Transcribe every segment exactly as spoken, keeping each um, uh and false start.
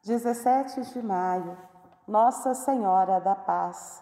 dezessete de maio, Nossa Senhora da Paz.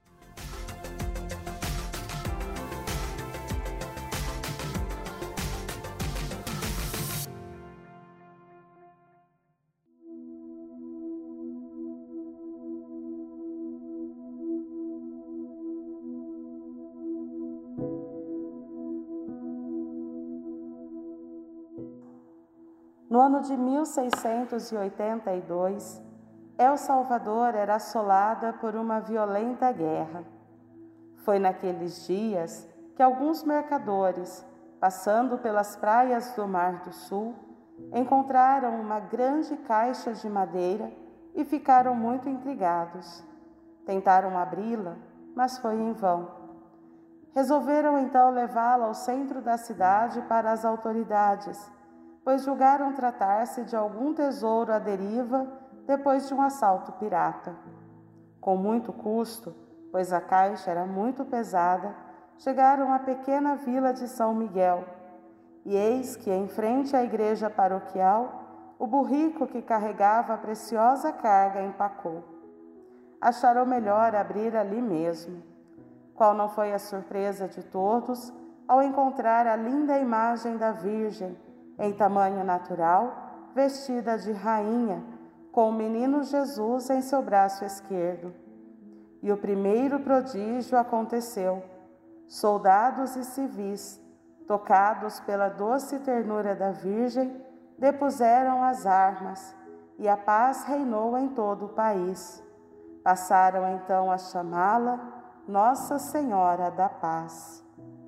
No ano de mil seiscentos e oitenta e dois, El Salvador era assolada por uma violenta guerra. Foi naqueles dias que alguns mercadores, passando pelas praias do Mar do Sul, encontraram uma grande caixa de madeira e ficaram muito intrigados. Tentaram abri-la, mas foi em vão. Resolveram então levá-la ao centro da cidade para as autoridades, pois julgaram tratar-se de algum tesouro à deriva depois de um assalto pirata. Com muito custo, pois a caixa era muito pesada, chegaram à pequena vila de São Miguel, e eis que, em frente à igreja paroquial, o burrico que carregava a preciosa carga empacou. Acharam melhor abrir ali mesmo. Qual não foi a surpresa de todos ao encontrar a linda imagem da Virgem, em tamanho natural, vestida de rainha, com o menino Jesus em seu braço esquerdo. E o primeiro prodígio aconteceu. Soldados e civis, tocados pela doce ternura da Virgem, depuseram as armas, e a paz reinou em todo o país. Passaram então a chamá-la Nossa Senhora da Paz.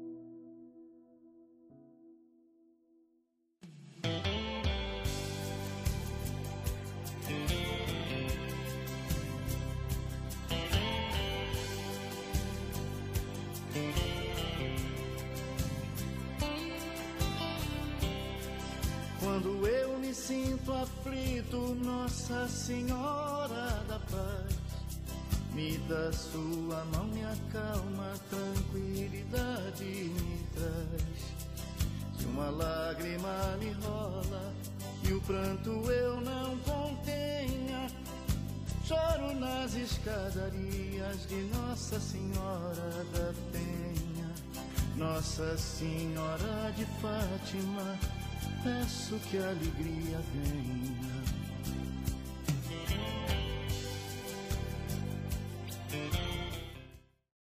Quando eu me sinto aflito, Nossa Senhora da Paz, me dá sua mão, me acalma, tranquilidade me traz. Se uma lágrima me rola e o pranto eu não contenha, choro nas escadarias de Nossa Senhora da Penha. Nossa Senhora de Fátima, peço que a alegria venha.